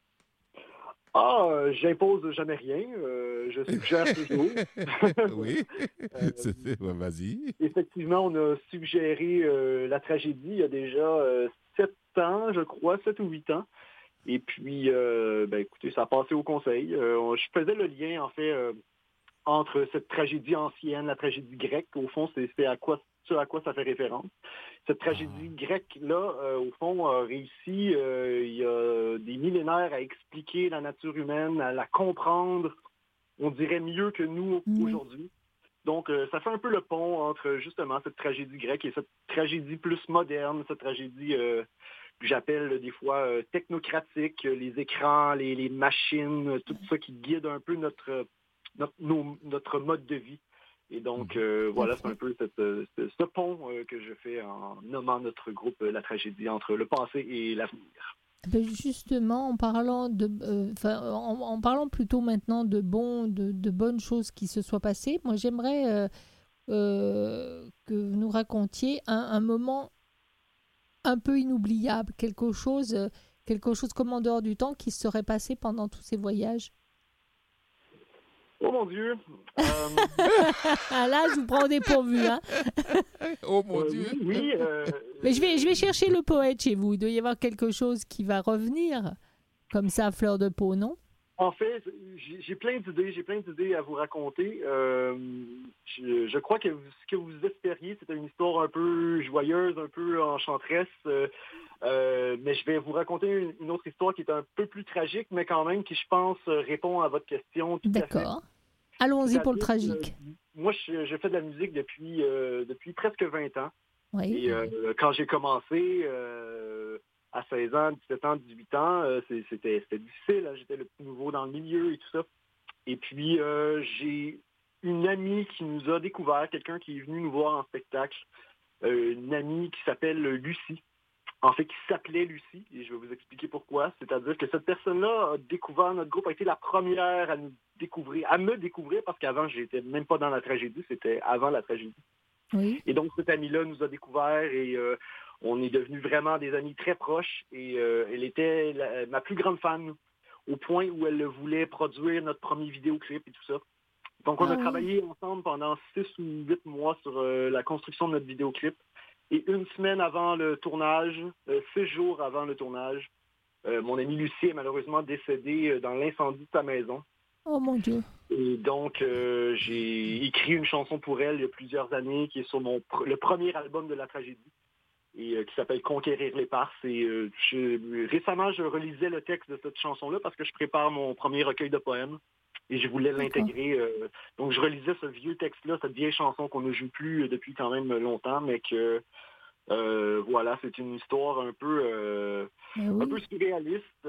J'impose jamais rien. Je suggère toujours. Oui, vas-y. Effectivement, on a suggéré la tragédie il y a déjà 7 ans, je crois, 7 ou 8 ans. Et puis, écoutez, ça a passé au conseil. Je faisais le lien, en fait, entre cette tragédie ancienne, la tragédie grecque. Au fond, c'est à quoi ça fait référence. Cette tragédie grecque-là, au fond, a réussi, il y a des millénaires à expliquer la nature humaine, à la comprendre, on dirait mieux que nous aujourd'hui. Donc, ça fait un peu le pont entre, justement, cette tragédie grecque et cette tragédie plus moderne, cette tragédie que j'appelle des fois technocratique, les écrans, les machines, tout ça qui guide un peu notre mode de vie. Et donc, voilà, c'est un peu ce pont que je fais en nommant notre groupe La Tragédie entre le passé et l'avenir. Justement, en parlant en parlant plutôt maintenant de bonnes choses qui se soient passées, moi j'aimerais que vous nous racontiez un moment un peu inoubliable, quelque chose comme en dehors du temps qui se serait passé pendant tous ces voyages. Oh mon Dieu! Là, je vous prends au dépourvu. Hein. Oh mon Dieu! Oui. Mais je vais chercher le poète chez vous. Il doit y avoir quelque chose qui va revenir, comme ça, à fleur de peau, non? En fait, j'ai plein d'idées à vous raconter. Je crois que ce que vous espériez, c'était une histoire un peu joyeuse, un peu enchanteresse. Mais je vais vous raconter une autre histoire qui est un peu plus tragique, mais quand même qui, je pense, répond à votre question. D'accord. Allons-y pour le tragique. Moi, je fais de la musique depuis presque 20 ans. Oui. Et quand j'ai commencé à 16 ans, 17 ans, 18 ans, c'était difficile. Hein? J'étais le plus nouveau dans le milieu et tout ça. Et puis, j'ai une amie qui nous a découvert, quelqu'un qui est venu nous voir en spectacle, une amie qui s'appelle Lucie. En fait, qui s'appelait Lucie, et je vais vous expliquer pourquoi. C'est-à-dire que cette personne-là a découvert notre groupe, a été la première à me découvrir, parce qu'avant, j'étais même pas dans la tragédie, c'était avant la tragédie. Oui. Et donc, cette amie-là nous a découvert et on est devenus vraiment des amis très proches. Et elle était ma plus grande fan, au point où elle voulait produire notre premier vidéoclip et tout ça. Donc, on a travaillé ensemble pendant 6 ou 8 mois sur la construction de notre vidéoclip. Et une semaine avant le tournage, 6 jours avant le tournage, mon amie Lucie est malheureusement décédée dans l'incendie de sa maison. Oh mon Dieu. Et donc, j'ai écrit une chanson pour elle il y a plusieurs années qui est sur le premier album de La Tragédie et qui s'appelle Conquérir l'éparse. Et récemment, je relisais le texte de cette chanson-là parce que je prépare mon premier recueil de poèmes. Et je voulais l'intégrer. Donc, je relisais ce vieux texte-là, cette vieille chanson qu'on ne joue plus depuis quand même longtemps, mais que, voilà, c'est une histoire un peu surréaliste.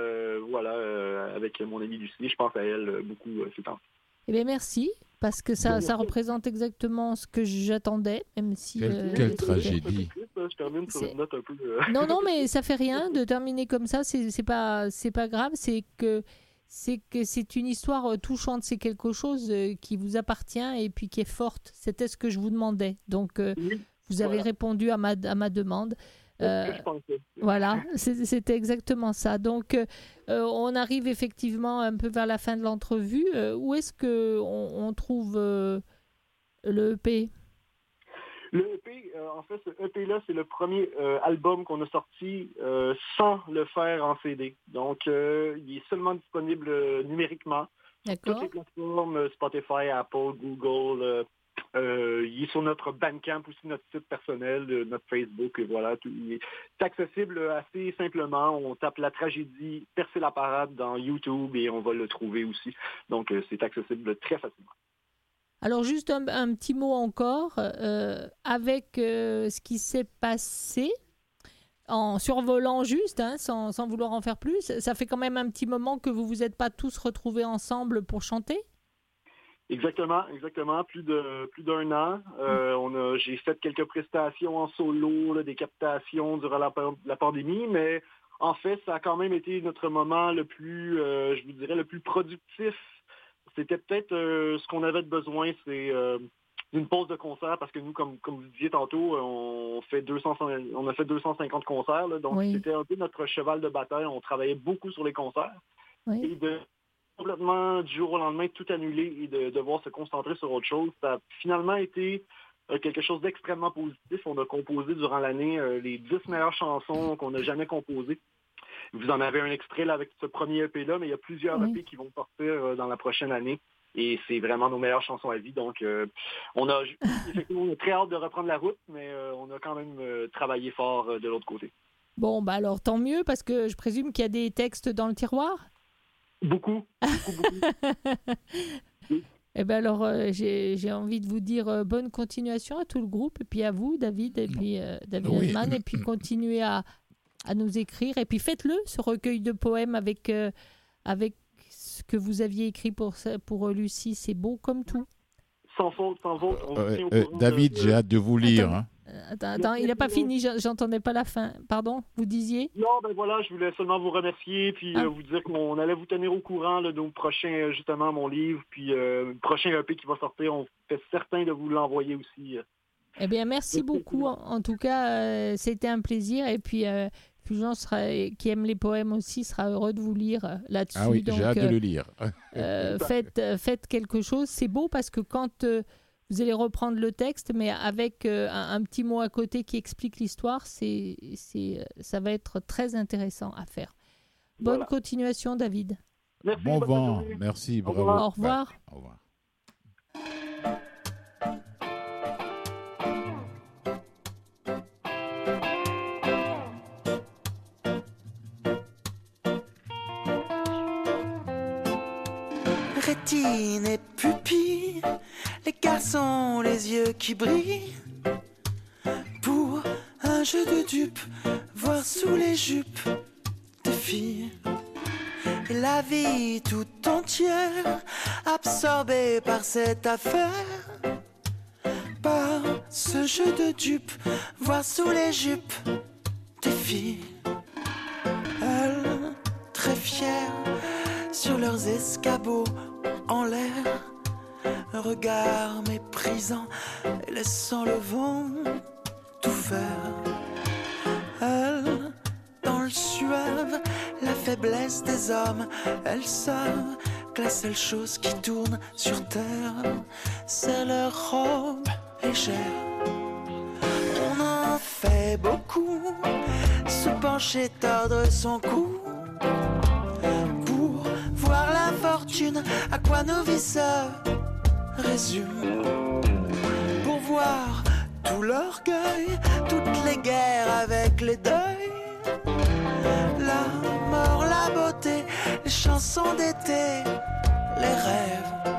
Avec mon amie Lucie, je pense à elle beaucoup ces temps. Eh bien, merci, parce que ça représente exactement ce que j'attendais, même si... Quelle tragédie. Je termine sur une note un peu... Non, mais ça fait rien de terminer comme ça, c'est pas grave, c'est que c'est une histoire touchante, c'est quelque chose qui vous appartient et puis qui est forte. C'était ce que je vous demandais. Donc, vous avez répondu à ma demande. Voilà, c'était exactement ça. Donc, on arrive effectivement un peu vers la fin de l'entrevue. Où est-ce qu'on trouve le EP? Le EP, en fait, ce EP-là, c'est le premier album qu'on a sorti sans le faire en CD. Donc, il est seulement disponible numériquement. D'accord. Toutes les plateformes, Spotify, Apple, Google, il est sur notre Bandcamp aussi, notre site personnel, notre Facebook, et voilà. Il est accessible assez simplement. On tape La Tragédie, Percer la parade dans YouTube et on va le trouver aussi. Donc, c'est accessible très facilement. Alors, juste un petit mot encore. Avec ce qui s'est passé, en survolant juste, sans vouloir en faire plus, ça fait quand même un petit moment que vous vous êtes pas tous retrouvés ensemble pour chanter? Exactement. Plus d'un an. J'ai fait quelques prestations en solo, des captations durant la pandémie, mais en fait, ça a quand même été notre moment le plus, je vous dirais, le plus productif. C'était peut-être ce qu'on avait de besoin, c'est une pause de concert, parce que nous, comme vous disiez tantôt, on a fait 250 concerts, là, donc C'était un peu notre cheval de bataille. On travaillait beaucoup sur les concerts. Oui. Et de complètement, du jour au lendemain, tout annuler et de devoir se concentrer sur autre chose, ça a finalement été quelque chose d'extrêmement positif. On a composé durant l'année les 10 meilleures chansons qu'on n'a jamais composées. Vous en avez un extrait là, avec ce premier EP-là, mais il y a plusieurs EP qui vont sortir dans la prochaine année. Et c'est vraiment nos meilleures chansons à vie. Donc, on a très hâte de reprendre la route, mais on a quand même travaillé fort de l'autre côté. Bon, alors tant mieux, parce que je présume qu'il y a des textes dans le tiroir? Beaucoup. Eh bien alors, j'ai envie de vous dire bonne continuation à tout le groupe, et puis à vous, David, et puis David Hellman, et puis continuez à nous écrire, et puis faites-le, ce recueil de poèmes avec ce que vous aviez écrit pour Lucie, c'est beau comme tout. Sans faute. David, j'ai hâte de vous lire. Attends, il n'a pas fini, j'entendais pas la fin. Pardon, vous disiez? Non, voilà, je voulais seulement vous remercier, puis vous dire qu'on allait vous tenir au courant de nos prochains, justement, mon livre, puis le prochain EP qui va sortir, on fait certain de vous l'envoyer aussi. Eh bien, merci beaucoup. En tout cas, c'était un plaisir, et puis Fulgence, qui aime les poèmes aussi, sera heureux de vous lire là-dessus. Ah oui, donc, j'ai hâte de le lire. Faites quelque chose. C'est beau parce que quand vous allez reprendre le texte, mais avec un petit mot à côté qui explique l'histoire, ça va être très intéressant à faire. Bonne continuation, David. Merci, bon vent, merci, bravo. Au revoir. Ouais, au revoir. Rétine et pupille, les garçons, les yeux qui brillent, pour un jeu de dupes, voir sous les jupes des filles. Et la vie tout entière, absorbée par cette affaire, par ce jeu de dupes, voir sous les jupes des filles. Elles, très fières, sur leurs escabeaux en l'air, un regard méprisant et laissant le vent tout faire. Elles, dans le suave, la faiblesse des hommes, elles savent que la seule chose qui tourne sur terre, c'est leur robe légère. On en fait beaucoup, se pencher, tordre son cou, voir la fortune, à quoi nos vies se résument. Pour voir tout l'orgueil, toutes les guerres avec les deuils, la mort, la beauté, les chansons d'été, les rêves.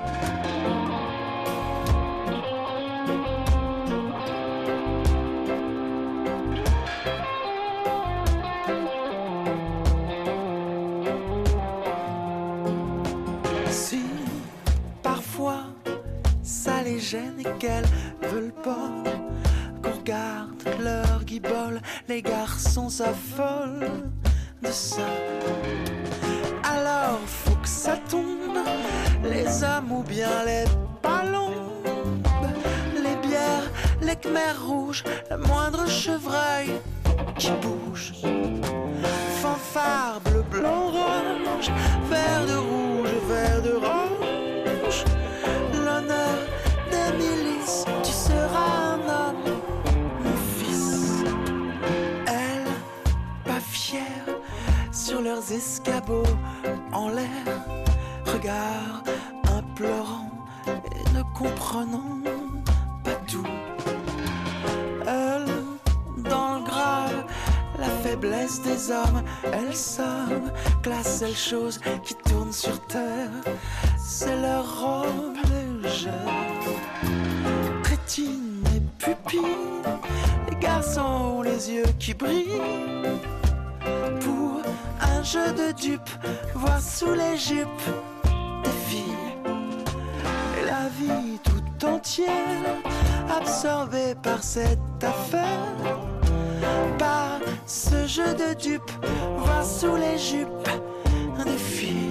Si parfois ça les gêne et qu'elles veulent pas qu'on regarde leur guibole, les garçons s'affolent de ça. Alors faut que ça tombe, les hommes ou bien les palombes, les bières, les khmers rouges, le moindre chevreuil qui bouge. Fanfare bleu, blanc, orange, vert de rouge, vert de orange. L'honneur des milices, tu seras un homme, mon fils. Elle, pas fière, sur leurs escabeaux en l'air, regard implorant et ne comprenant pas tout. Elle, dans le grave, la faiblesse des hommes, elle somme, classe celle chose qui tourne sur terre, c'est leur robe légère. Rétine et pupille, les garçons ont les yeux qui brillent. Pour un jeu de dupes, voir sous les jupes des filles. Et la vie tout entière, absorbée par cette affaire. Par ce jeu de dupes, voir sous les jupes des filles.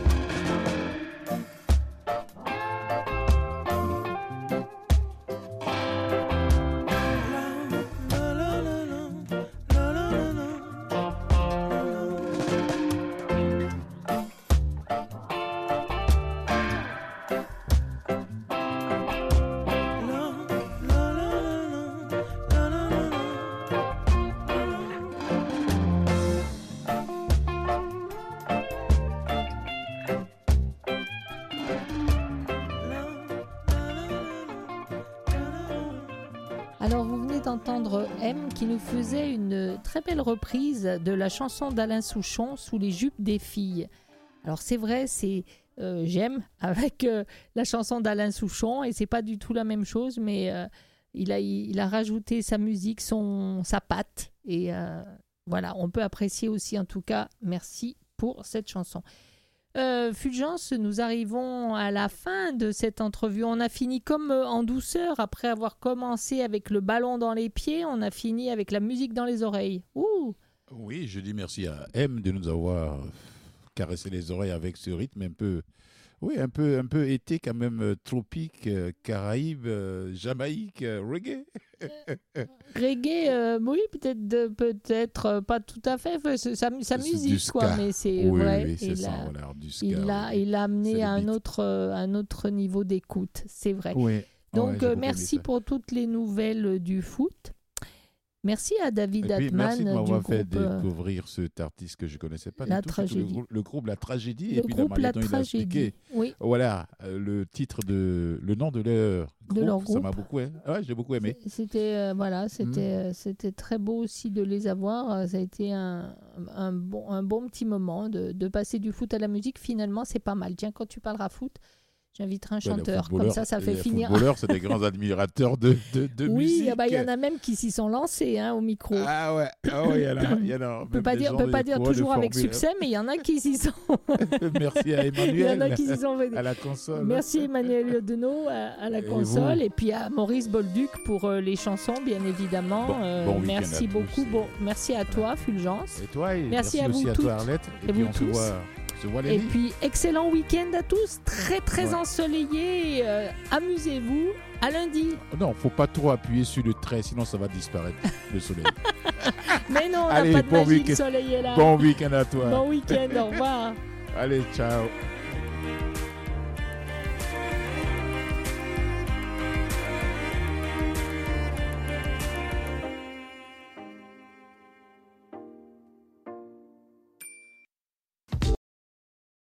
Alors vous venez d'entendre M qui nous faisait une très belle reprise de la chanson d'Alain Souchon, Sous les jupes des filles. Alors c'est vrai, c'est j'aime avec la chanson d'Alain Souchon et c'est pas du tout la même chose, mais il a rajouté sa musique, sa patte et voilà, on peut apprécier aussi en tout cas. Merci pour cette chanson. Fulgence, nous arrivons à la fin de cette entrevue. On a fini comme en douceur, après avoir commencé avec le ballon dans les pieds, on a fini avec la musique dans les oreilles. Ouh. Oui, je dis merci à M de nous avoir caressé les oreilles avec ce rythme un peu, oui, un peu été quand même, tropique, Caraïbes, Jamaïque, reggae. Reggae, oui, peut-être pas tout à fait. Sa musique, quoi, mais c'est oui, vrai. Oui, c'est ça, voilà, du ska, il l'a amené à un autre niveau d'écoute, c'est vrai. Oui. Donc, ouais, merci pour toutes les nouvelles du foot. Merci à David Atman. Merci de m'avoir du fait groupe, découvrir cet artiste que je ne connaissais pas. La du tout, Tragédie. Le groupe La Tragédie. Le et puis groupe La il a Tragédie. expliqué, Oui. voilà, le nom de leur groupe. Ça m'a beaucoup, j'ai beaucoup aimé. C'était c'était très beau aussi de les avoir. Ça a été un bon petit moment de passer du foot à la musique. Finalement, c'est pas mal. Tiens, quand tu parleras foot, j'inviterai un chanteur, comme ça fait finir. Les footballeurs, c'est des grands admirateurs de musique. Oui, il y en a même qui s'y sont lancés au micro. Ah ouais, il y en a. On peut pas dire toujours avec succès, mais il y en a qui s'y sont. Merci à Emmanuel. Il y en a qui s'y sont à la console. Merci Emmanuel Yodenaud à la console et puis à Maurice Bolduc pour les chansons, bien évidemment. Bon merci beaucoup. Bon, merci à toi, Fulgence. Et toi, merci à vous aussi toutes. À toi, Arlette. Et puis on se voit et puis, excellent week-end à tous, très ensoleillé. Amusez-vous, à lundi. Non, faut pas trop appuyer sur le trait, sinon ça va disparaître, le soleil. Mais non, on n'a pas de magie, le soleil est là. Bon week-end à toi. Bon week-end, au revoir. Allez, ciao.